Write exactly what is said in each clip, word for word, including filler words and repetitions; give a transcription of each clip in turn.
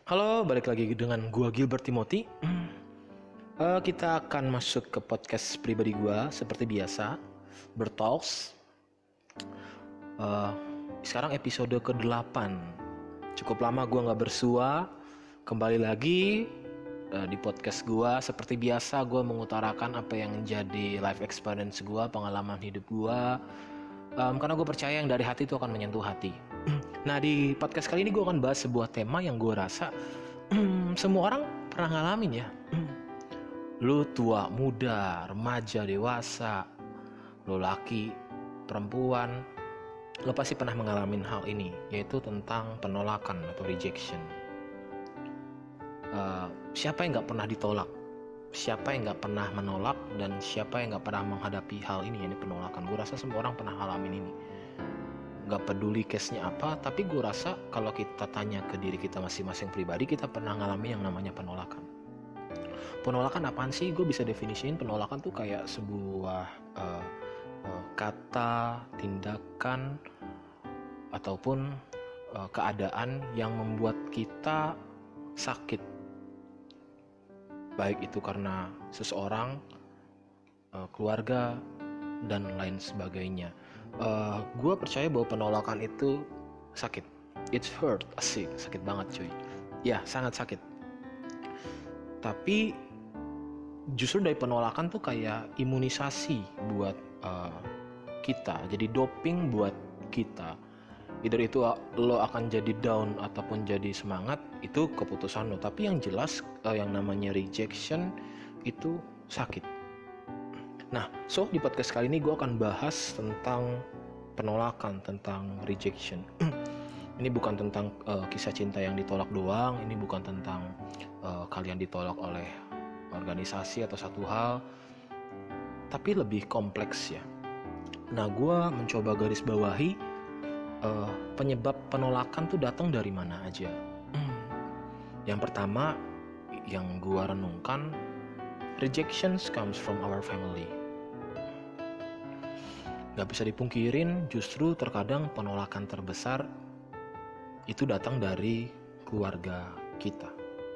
Halo, balik lagi dengan gua Gilbert Timothy. Eh, kita akan masuk ke podcast pribadi gua seperti biasa, Bertalks. Eh, sekarang episode kedelapan. Cukup lama gua nggak bersua. Kembali lagi eh, di podcast gua. Seperti biasa, gua mengutarakan apa yang jadi life experience gua, pengalaman hidup gua. Um, karena gue percaya yang dari hati itu akan menyentuh hati. Nah, di podcast kali ini gue akan bahas sebuah tema yang gue rasa semua orang pernah ngalamin ya. Lu tua, muda, remaja, dewasa, lu laki, perempuan, lu pasti pernah mengalami hal ini, yaitu tentang penolakan atau rejection. Uh, siapa yang gak pernah ditolak? Siapa yang gak pernah menolak? Dan siapa yang gak pernah menghadapi hal ini, yakni penolakan? Gue rasa semua orang pernah ngalamin ini. Gak peduli case-nya apa, tapi gue rasa kalau kita tanya ke diri kita masing-masing pribadi, kita pernah ngalamin yang namanya penolakan. Penolakan apaan sih? Gue bisa definisiin penolakan tuh kayak sebuah uh, uh, kata, tindakan, ataupun uh, keadaan yang membuat kita sakit. Baik itu karena seseorang, uh, keluarga, dan lain sebagainya. Uh, gue percaya bahwa penolakan itu sakit. It's hurt, asik, sakit banget cuy. Ya, sangat sakit. Tapi justru dari penolakan tuh kayak imunisasi buat uh, kita. Jadi doping buat kita. Either itu lo akan jadi down ataupun jadi semangat, itu keputusan lo. Tapi yang jelas uh, yang namanya rejection itu sakit. Nah, so di podcast kali ini gue akan bahas tentang penolakan, tentang rejection. Ini bukan tentang uh, kisah cinta yang ditolak doang. Ini bukan tentang uh, kalian ditolak oleh organisasi atau satu hal, tapi lebih kompleks ya. Nah, gue mencoba garis bawahi Uh, penyebab penolakan tuh datang dari mana aja. Hmm. Yang pertama yang gua renungkan, rejections comes from our family. Gak bisa dipungkirin, justru terkadang penolakan terbesar itu datang dari keluarga kita.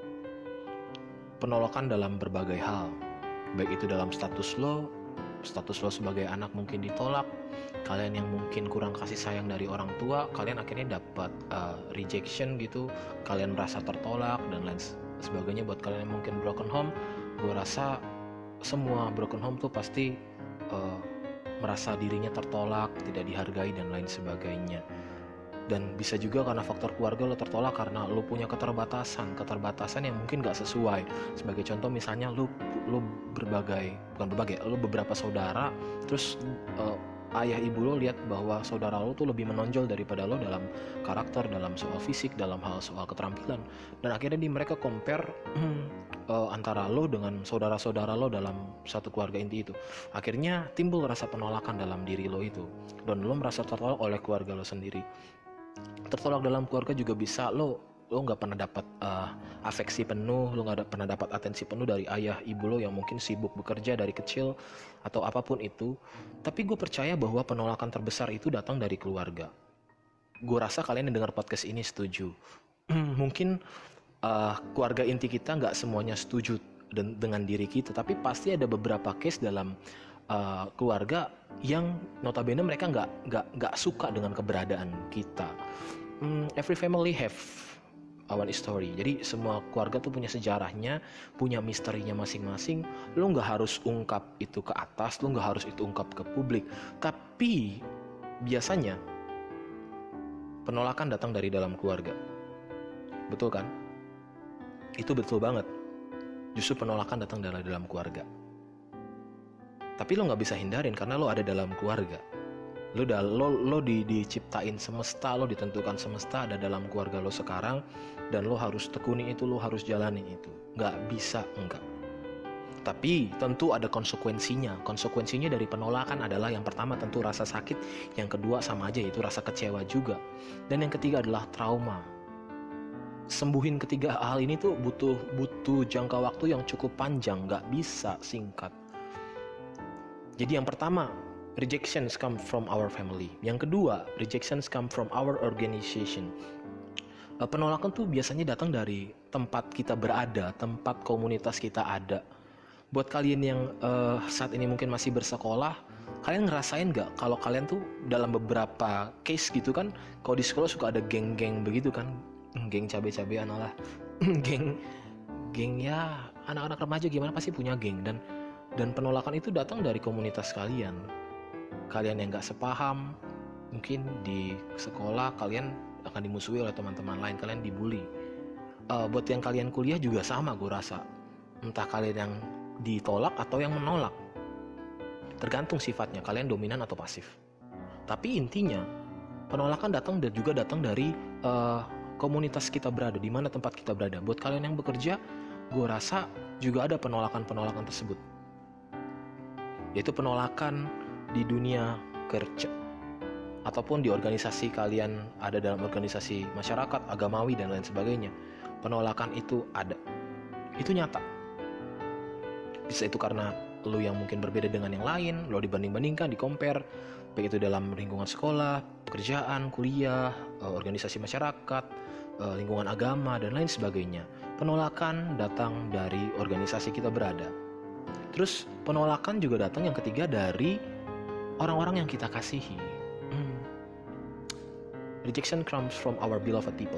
Penolakan dalam berbagai hal, baik itu dalam status lo, status lo sebagai anak mungkin ditolak. Kalian yang mungkin kurang kasih sayang dari orang tua, kalian akhirnya dapat uh, rejection gitu. Kalian merasa tertolak dan lain sebagainya. Buat kalian yang mungkin broken home, gue rasa semua broken home tuh pasti uh, merasa dirinya tertolak, tidak dihargai dan lain sebagainya. Dan bisa juga karena faktor keluarga lo tertolak karena lo punya keterbatasan Keterbatasan yang mungkin gak sesuai. Sebagai contoh misalnya lo, lo berbagai, bukan berbagai, lo beberapa saudara, terus uh, ayah ibu lo lihat bahwa saudara lo tuh lebih menonjol daripada lo dalam karakter, dalam soal fisik, dalam hal soal keterampilan. Dan akhirnya di mereka compare hmm, uh, antara lo dengan saudara-saudara lo dalam satu keluarga inti itu. Akhirnya timbul rasa penolakan dalam diri lo itu. Dan lo merasa tertolak oleh keluarga lo sendiri. Tertolak dalam keluarga juga bisa lo lo nggak pernah dapat uh, afeksi penuh, lo nggak pernah dapat atensi penuh dari ayah ibu lo yang mungkin sibuk bekerja dari kecil atau apapun itu. Tapi gue percaya bahwa penolakan terbesar itu datang dari keluarga. Gue rasa kalian yang dengar podcast ini setuju. Mungkin uh, keluarga inti kita nggak semuanya setuju den- dengan diri kita, tapi pasti ada beberapa case dalam uh, keluarga yang notabene mereka nggak nggak nggak suka dengan keberadaan kita. Hmm, every family have our story. Jadi semua keluarga tuh punya sejarahnya, punya misterinya masing-masing. Lo nggak harus ungkap itu ke atas, lo nggak harus itu ungkap ke publik. Tapi biasanya penolakan datang dari dalam keluarga. Betul kan? Itu betul banget. Justru penolakan datang dari dalam keluarga. Tapi lo nggak bisa hindarin karena lo ada dalam keluarga. Lo, dah, lo, lo di, diciptain semesta, lo ditentukan semesta ada dalam keluarga lo sekarang. Dan lo harus tekuni itu, lo harus jalani itu. Nggak bisa enggak. Tapi tentu ada konsekuensinya. Konsekuensinya dari penolakan adalah yang pertama tentu rasa sakit. Yang kedua sama aja itu rasa kecewa juga. Dan yang ketiga adalah trauma. Sembuhin ketiga hal ini tuh butuh butuh jangka waktu yang cukup panjang, nggak bisa singkat. Jadi yang pertama, rejections come from our family. Yang kedua, rejections come from our organization. Uh, penolakan tuh biasanya datang dari tempat kita berada, tempat komunitas kita ada. Buat kalian yang uh, saat ini mungkin masih bersekolah, kalian ngerasain nggak kalau kalian tuh dalam beberapa case gitu kan, kalau di sekolah suka ada geng-geng begitu kan, geng cabe-cabean lah, geng geng ya anak-anak remaja gimana pasti punya geng, dan dan penolakan itu datang dari komunitas kalian. Kalian yang nggak sepaham, mungkin di sekolah kalian akan dimusuhi oleh teman-teman lain, kalian dibully. Uh, buat yang kalian kuliah juga sama, gue rasa. Entah kalian yang ditolak atau yang menolak, tergantung sifatnya, kalian dominan atau pasif. Tapi intinya penolakan datang dan juga datang dari uh, komunitas kita berada, di mana tempat kita berada. Buat kalian yang bekerja, gue rasa juga ada penolakan-penolakan tersebut, yaitu penolakan di dunia kerja ataupun di organisasi kalian ada dalam organisasi masyarakat, agamawi dan lain sebagainya. Penolakan itu ada, itu nyata. Bisa itu karena lo yang mungkin berbeda dengan yang lain, lo dibanding-bandingkan, di-compare, baik itu dalam lingkungan sekolah, pekerjaan, kuliah, organisasi masyarakat, lingkungan agama, dan lain sebagainya. Penolakan datang dari organisasi kita berada. Terus penolakan juga datang yang ketiga dari orang-orang yang kita kasihi. Hmm. Rejection comes from our beloved people.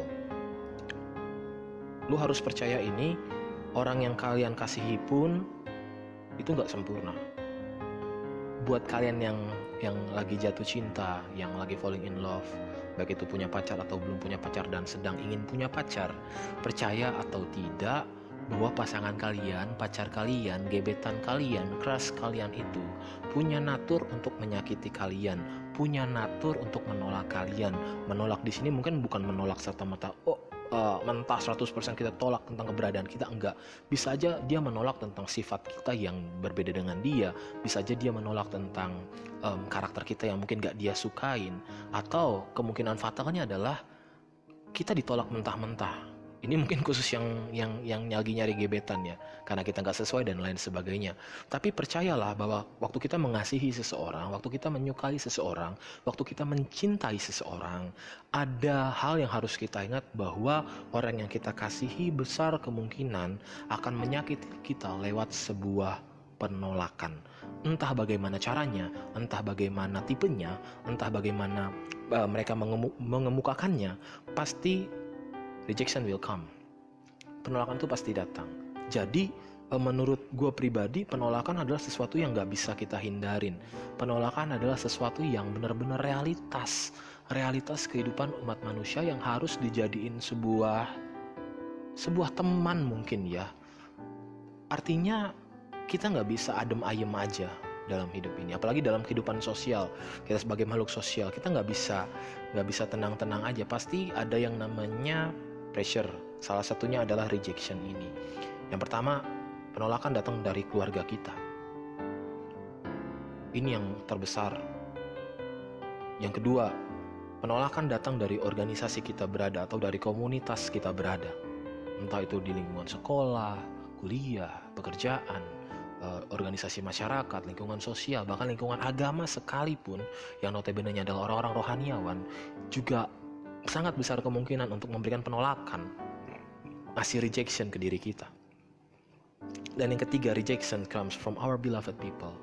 Lo harus percaya ini, orang yang kalian kasihi pun itu nggak sempurna. Buat kalian yang yang lagi jatuh cinta, yang lagi falling in love, baik itu punya pacar atau belum punya pacar dan sedang ingin punya pacar, percaya atau tidak bahwa pasangan kalian, pacar kalian, gebetan kalian, crush kalian itu punya natur untuk menyakiti kalian, punya natur untuk menolak kalian. Menolak di sini mungkin bukan menolak serta-merta, oh Uh, mentah seratus persen kita tolak tentang keberadaan kita, enggak. Bisa aja dia menolak tentang sifat kita yang berbeda dengan dia, bisa aja dia menolak tentang um, karakter kita yang mungkin gak dia sukain, atau kemungkinan fatalnya adalah kita ditolak mentah-mentah. Ini mungkin khusus yang yang yang lagi nyari gebetan ya, karena kita nggak sesuai dan lain sebagainya. Tapi percayalah bahwa waktu kita mengasihi seseorang, waktu kita menyukai seseorang, waktu kita mencintai seseorang, ada hal yang harus kita ingat, bahwa orang yang kita kasihi besar kemungkinan akan menyakiti kita lewat sebuah penolakan. Entah bagaimana caranya, entah bagaimana tipenya, entah bagaimana uh, mereka mengemu- mengemukakannya, pasti rejection will come. Penolakan itu pasti datang. Jadi menurut gue pribadi, penolakan adalah sesuatu yang gak bisa kita hindarin. Penolakan adalah sesuatu yang benar-benar realitas. Realitas kehidupan umat manusia yang harus dijadiin sebuah sebuah teman mungkin ya. Artinya kita gak bisa adem ayem aja dalam hidup ini, apalagi dalam kehidupan sosial. Kita sebagai makhluk sosial, kita nggak bisa nggak bisa tenang-tenang aja. Pasti ada yang namanya pressure. Salah satunya adalah rejection ini. Yang pertama, penolakan datang dari keluarga kita. Ini yang terbesar. Yang kedua, penolakan datang dari organisasi kita berada atau dari komunitas kita berada. Entah itu di lingkungan sekolah, kuliah, pekerjaan, organisasi masyarakat, lingkungan sosial, bahkan lingkungan agama sekalipun, yang notabene-nya adalah orang-orang rohaniawan, juga sangat besar kemungkinan untuk memberikan penolakan, ngasih rejection ke diri kita. Dan yang ketiga, rejection comes from our beloved people.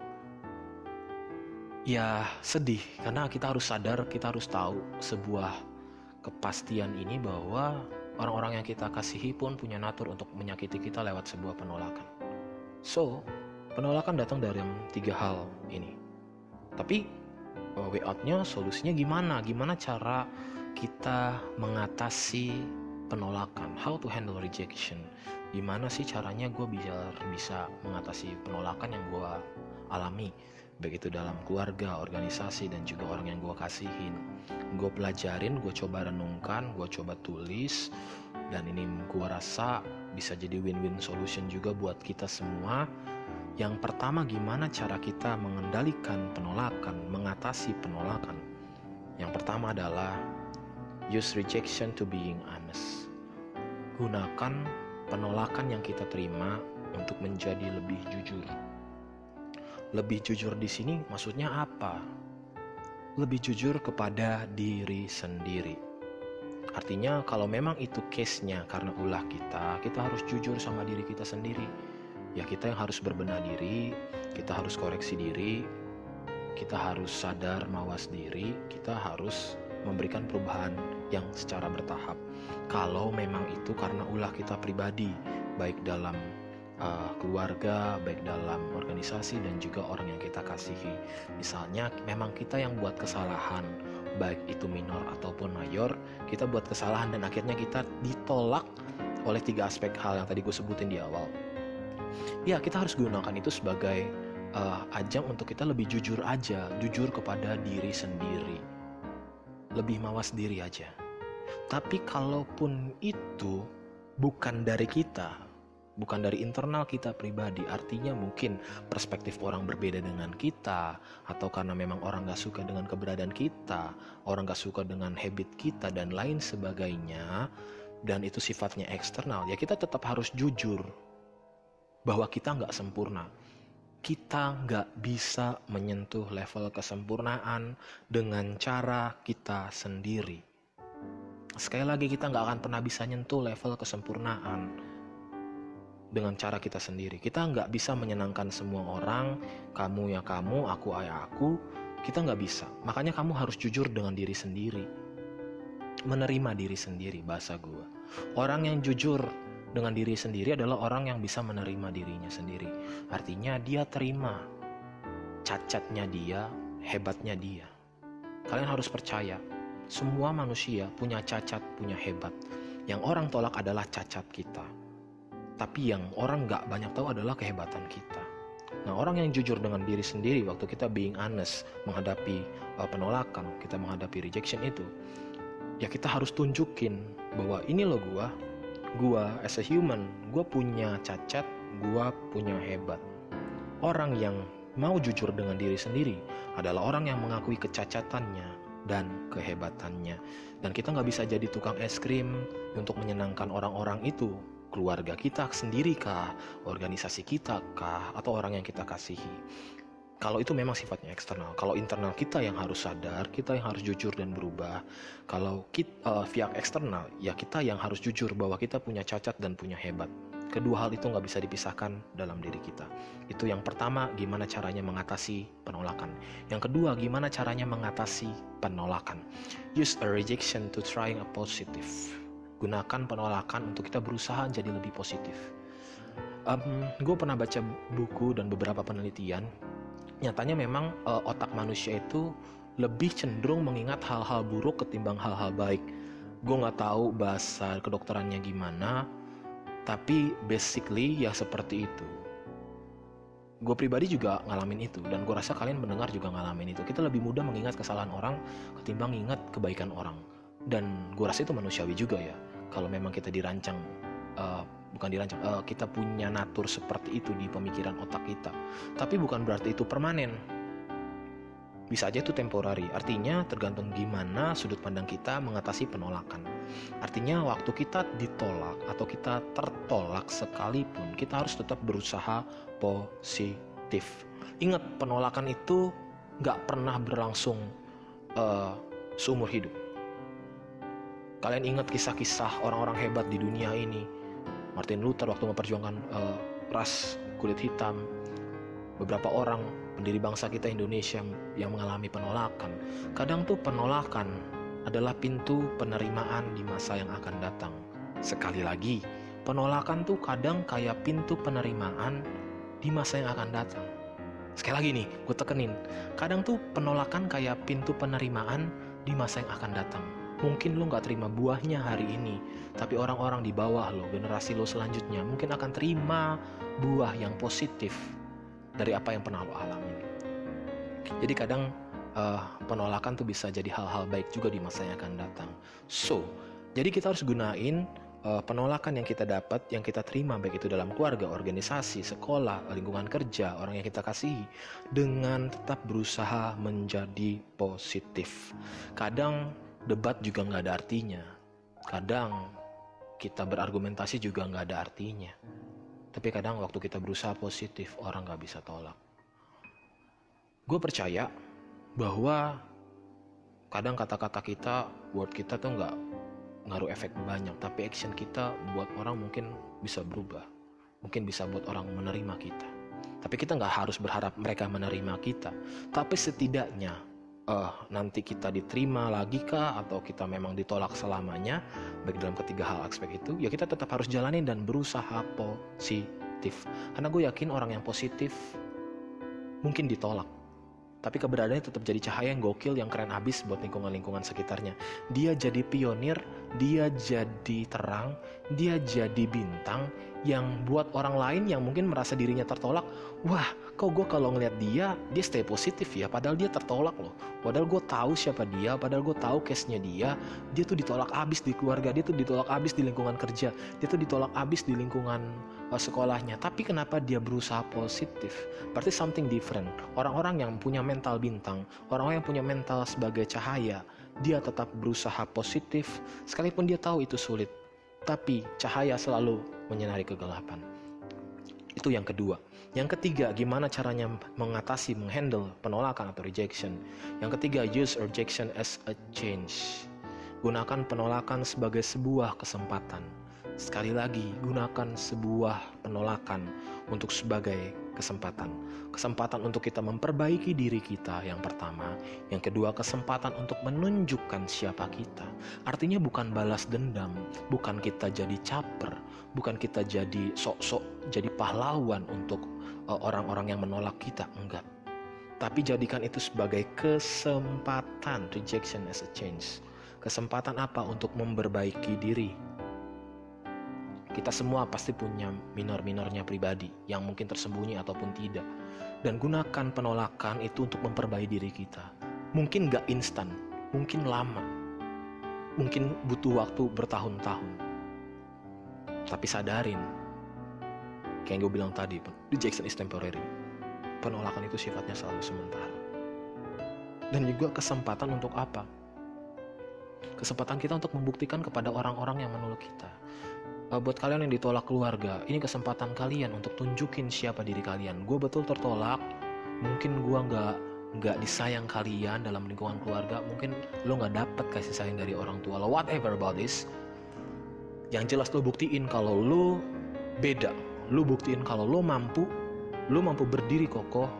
Ya sedih, karena kita harus sadar, kita harus tahu sebuah kepastian ini, bahwa orang-orang yang kita kasihi pun punya natur untuk menyakiti kita lewat sebuah penolakan. So, penolakan datang dari tiga hal ini. Tapi way out-nya, solusinya gimana? Gimana cara kita mengatasi penolakan? How to handle rejection? Gimana sih caranya gue bisa bisa mengatasi penolakan yang gue alami, baik itu dalam keluarga, organisasi, dan juga orang yang gue kasihin. Gue pelajarin, gue coba renungkan, gue coba tulis, dan ini gue rasa bisa jadi win-win solution juga buat kita semua. Yang pertama, gimana cara kita mengendalikan penolakan, mengatasi penolakan? Yang pertama adalah use rejection to being honest. Gunakan penolakan yang kita terima untuk menjadi lebih jujur. Lebih jujur di sini maksudnya apa? Lebih jujur kepada diri sendiri. Artinya kalau memang itu case-nya karena ulah kita, kita harus jujur sama diri kita sendiri. Ya kita yang harus berbenah diri, kita harus koreksi diri, kita harus sadar mawas diri, kita harus memberikan perubahan yang secara bertahap. Kalau memang itu karena ulah kita pribadi, baik dalam uh, keluarga, baik dalam organisasi dan juga orang yang kita kasihi. Misalnya memang kita yang buat kesalahan, baik itu minor ataupun mayor, kita buat kesalahan dan akhirnya kita ditolak oleh tiga aspek hal yang tadi gue sebutin di awal. Ya kita harus gunakan itu sebagai uh, ajang untuk kita lebih jujur aja, jujur kepada diri sendiri, lebih mawas diri aja. Tapi kalaupun itu bukan dari kita, bukan dari internal kita pribadi, artinya mungkin perspektif orang berbeda dengan kita, atau karena memang orang gak suka dengan keberadaan kita, orang gak suka dengan habit kita dan lain sebagainya, dan itu sifatnya eksternal, ya kita tetap harus jujur bahwa kita gak sempurna. Kita gak bisa menyentuh level kesempurnaan dengan cara kita sendiri. Sekali lagi, kita gak akan pernah bisa nyentuh level kesempurnaan dengan cara kita sendiri. Kita nggak bisa menyenangkan semua orang, kamu ya kamu, aku ya aku, kita nggak bisa. Makanya kamu harus jujur dengan diri sendiri, menerima diri sendiri, bahasa gue. Orang yang jujur dengan diri sendiri adalah orang yang bisa menerima dirinya sendiri. Artinya dia terima cacatnya dia, hebatnya dia. Kalian harus percaya, semua manusia punya cacat, punya hebat. Yang orang tolak adalah cacat kita, tapi yang orang gak banyak tahu adalah kehebatan kita. Nah, orang yang jujur dengan diri sendiri waktu kita being honest menghadapi uh, penolakan, kita menghadapi rejection itu, ya kita harus tunjukin bahwa ini loh gua, gua as a human, gua punya cacat, gua punya hebat. Orang yang mau jujur dengan diri sendiri adalah orang yang mengakui kecacatannya dan kehebatannya. Dan kita gak bisa jadi tukang es krim untuk menyenangkan orang-orang itu. Keluarga kita sendiri kah, organisasi kita kah, atau orang yang kita kasihi. Kalau itu memang sifatnya eksternal. Kalau internal, kita yang harus sadar, kita yang harus jujur dan berubah. Kalau kita, uh, pihak eksternal, ya kita yang harus jujur bahwa kita punya cacat dan punya hebat. Kedua hal itu gak bisa dipisahkan dalam diri kita. Itu yang pertama, gimana caranya mengatasi penolakan. Yang kedua, gimana caranya mengatasi penolakan. Use a rejection to trying a positive. Gunakan penolakan untuk kita berusaha jadi lebih positif. Um, gue pernah baca buku dan beberapa penelitian. Nyatanya memang uh, otak manusia itu lebih cenderung mengingat hal-hal buruk ketimbang hal-hal baik. Gue nggak tahu bahasa kedokterannya gimana, tapi basically ya seperti itu. Gue pribadi juga ngalamin itu, dan gue rasa kalian mendengar juga ngalamin itu. Kita lebih mudah mengingat kesalahan orang ketimbang ingat kebaikan orang. Dan gue rasa itu manusiawi juga ya. Kalau memang kita dirancang, uh, bukan dirancang, uh, kita punya natur seperti itu di pemikiran otak kita. Tapi bukan berarti itu permanen. Bisa aja itu temporary. Artinya tergantung gimana sudut pandang kita mengatasi penolakan. Artinya waktu kita ditolak atau kita tertolak sekalipun, kita harus tetap berusaha positif. Ingat, penolakan itu gak pernah berlangsung uh, seumur hidup. Kalian ingat kisah-kisah orang-orang hebat di dunia ini. Martin Luther waktu memperjuangkan uh, ras kulit hitam. Beberapa orang pendiri bangsa kita Indonesia yang mengalami penolakan. Kadang tuh penolakan adalah pintu penerimaan di masa yang akan datang. Sekali lagi, penolakan tuh kadang kayak pintu penerimaan di masa yang akan datang. Sekali lagi nih, gue tekenin. Kadang tuh penolakan kayak pintu penerimaan di masa yang akan datang. Mungkin lo gak terima buahnya hari ini, tapi orang-orang di bawah lo, generasi lo selanjutnya mungkin akan terima buah yang positif dari apa yang pernah lo alamin. Jadi kadang uh, penolakan tuh bisa jadi hal-hal baik juga di masa yang akan datang. So, jadi kita harus gunain uh, penolakan yang kita dapat, yang kita terima, baik itu dalam keluarga, organisasi, sekolah, lingkungan kerja, orang yang kita kasihi, dengan tetap berusaha menjadi positif. Kadang debat juga gak ada artinya. Kadang kita berargumentasi juga gak ada artinya. Tapi kadang waktu kita berusaha positif, orang gak bisa tolak. Gue percaya bahwa kadang kata-kata kita, word kita tuh gak ngaruh efek banyak, tapi action kita buat orang mungkin bisa berubah, mungkin bisa buat orang menerima kita. Tapi kita nggak harus berharap mereka menerima kita, tapi setidaknya uh, nanti kita diterima lagi kah, atau kita memang ditolak selamanya, baik dalam ketiga hal aspek itu, ya kita tetap harus jalani dan berusaha positif. Karena gue yakin orang yang positif mungkin ditolak, tapi keberadaannya tetap jadi cahaya yang gokil, yang keren abis buat lingkungan-lingkungan sekitarnya. Dia jadi pionir, dia jadi terang, dia jadi bintang yang buat orang lain yang mungkin merasa dirinya tertolak, wah kok gue kalau ngeliat dia, dia stay positif ya, padahal dia tertolak loh. Padahal gue tahu siapa dia, padahal gue tahu case-nya dia, dia tuh ditolak abis di keluarga, dia tuh ditolak abis di lingkungan kerja, dia tuh ditolak abis di lingkungan uh, sekolahnya. Tapi kenapa dia berusaha positif? Berarti something different. Orang-orang yang punya mental bintang, orang-orang yang punya mental sebagai cahaya, dia tetap berusaha positif, sekalipun dia tahu itu sulit. Tapi cahaya selalu menyinari kegelapan. Itu yang kedua. Yang ketiga, gimana caranya mengatasi, menghandle penolakan atau rejection. Yang ketiga, use rejection as a change. Gunakan penolakan sebagai sebuah kesempatan. Sekali lagi, gunakan sebuah penolakan untuk sebagai kesempatan. Kesempatan untuk kita memperbaiki diri kita yang pertama. Yang kedua, kesempatan untuk menunjukkan siapa kita. Artinya bukan balas dendam, bukan kita jadi caper, bukan kita jadi sok-sok jadi pahlawan untuk uh, orang-orang yang menolak kita, enggak. Tapi jadikan itu sebagai kesempatan, rejection as a change. Kesempatan apa? Untuk memperbaiki diri. Kita semua pasti punya minor-minornya pribadi yang mungkin tersembunyi ataupun tidak. Dan gunakan penolakan itu untuk memperbaiki diri kita. Mungkin gak instan, mungkin lama, mungkin butuh waktu bertahun-tahun. Tapi sadarin, kayak yang gue bilang tadi, rejection is temporary. Penolakan itu sifatnya selalu sementara. Dan juga kesempatan untuk apa? Kesempatan kita untuk membuktikan kepada orang-orang yang menolak kita. Buat kalian yang ditolak keluarga, ini kesempatan kalian untuk tunjukin siapa diri kalian. Gue betul tertolak, mungkin gue gak, gak disayang kalian dalam lingkungan keluarga, mungkin lo gak dapet kasih sayang dari orang tua lo, whatever about this. Yang jelas lo buktiin kalau lo beda, lo buktiin kalau lo mampu, lo mampu berdiri kokoh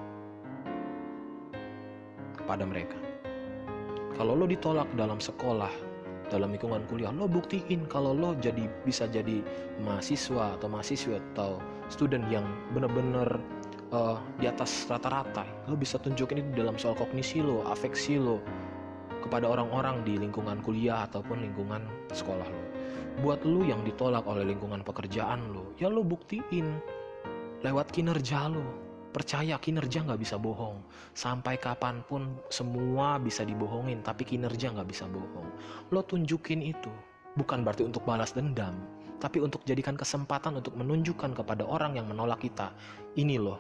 kepada mereka. Kalau lo ditolak dalam sekolah, dalam lingkungan kuliah, lo buktiin kalau lo jadi bisa jadi mahasiswa atau mahasiswa atau student yang benar-benar uh, di atas rata-rata. Lo bisa tunjukin itu dalam soal kognisi lo, afeksi lo kepada orang-orang di lingkungan kuliah ataupun lingkungan sekolah lo. Buat lo yang ditolak oleh lingkungan pekerjaan lo, ya lo buktiin lewat kinerja lo. Percaya, kinerja gak bisa bohong. Sampai kapanpun semua bisa dibohongin, tapi kinerja gak bisa bohong. Lo tunjukin itu. Bukan berarti untuk balas dendam, tapi untuk jadikan kesempatan untuk menunjukkan kepada orang yang menolak kita, ini loh,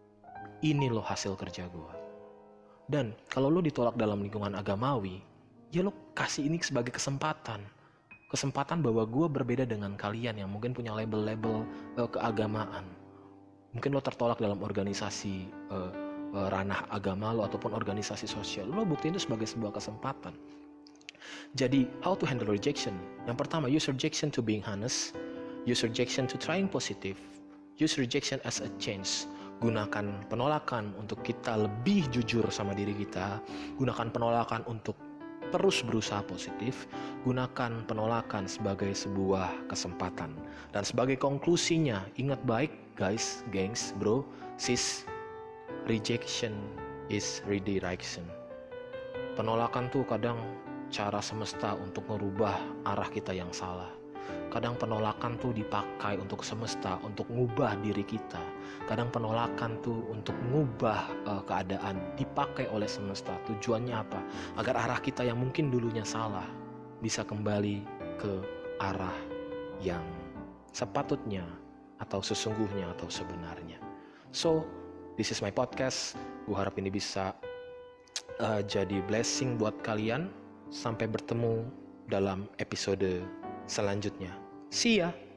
ini loh hasil kerja gue. Dan kalau lo ditolak dalam lingkungan agamawi, ya lo kasih ini sebagai kesempatan. Kesempatan bahwa gue berbeda dengan kalian yang mungkin punya label-label uh, keagamaan. Mungkin lo tertolak dalam organisasi uh, uh, ranah agama lo ataupun organisasi sosial. Lo buktiin itu sebagai sebuah kesempatan. Jadi, how to handle rejection? Yang pertama, use rejection to being honest. Use rejection to trying positive. Use rejection as a change. Gunakan penolakan untuk kita lebih jujur sama diri kita. Gunakan penolakan untuk terus berusaha positif. Gunakan penolakan sebagai sebuah kesempatan. Dan sebagai konklusinya, ingat baik guys, gengs, bro, sis, rejection is redirection. Penolakan tuh kadang cara semesta untuk merubah arah kita yang salah. Kadang penolakan tuh dipakai untuk semesta, untuk ngubah diri kita. Kadang penolakan tuh untuk ngubah uh, keadaan, dipakai oleh semesta. Tujuannya apa? Agar arah kita yang mungkin dulunya salah bisa kembali ke arah yang sepatutnya atau sesungguhnya atau sebenarnya. So, this is my podcast. Gue harap ini bisa uh, jadi blessing buat kalian. Sampai bertemu dalam episode selanjutnya. See ya!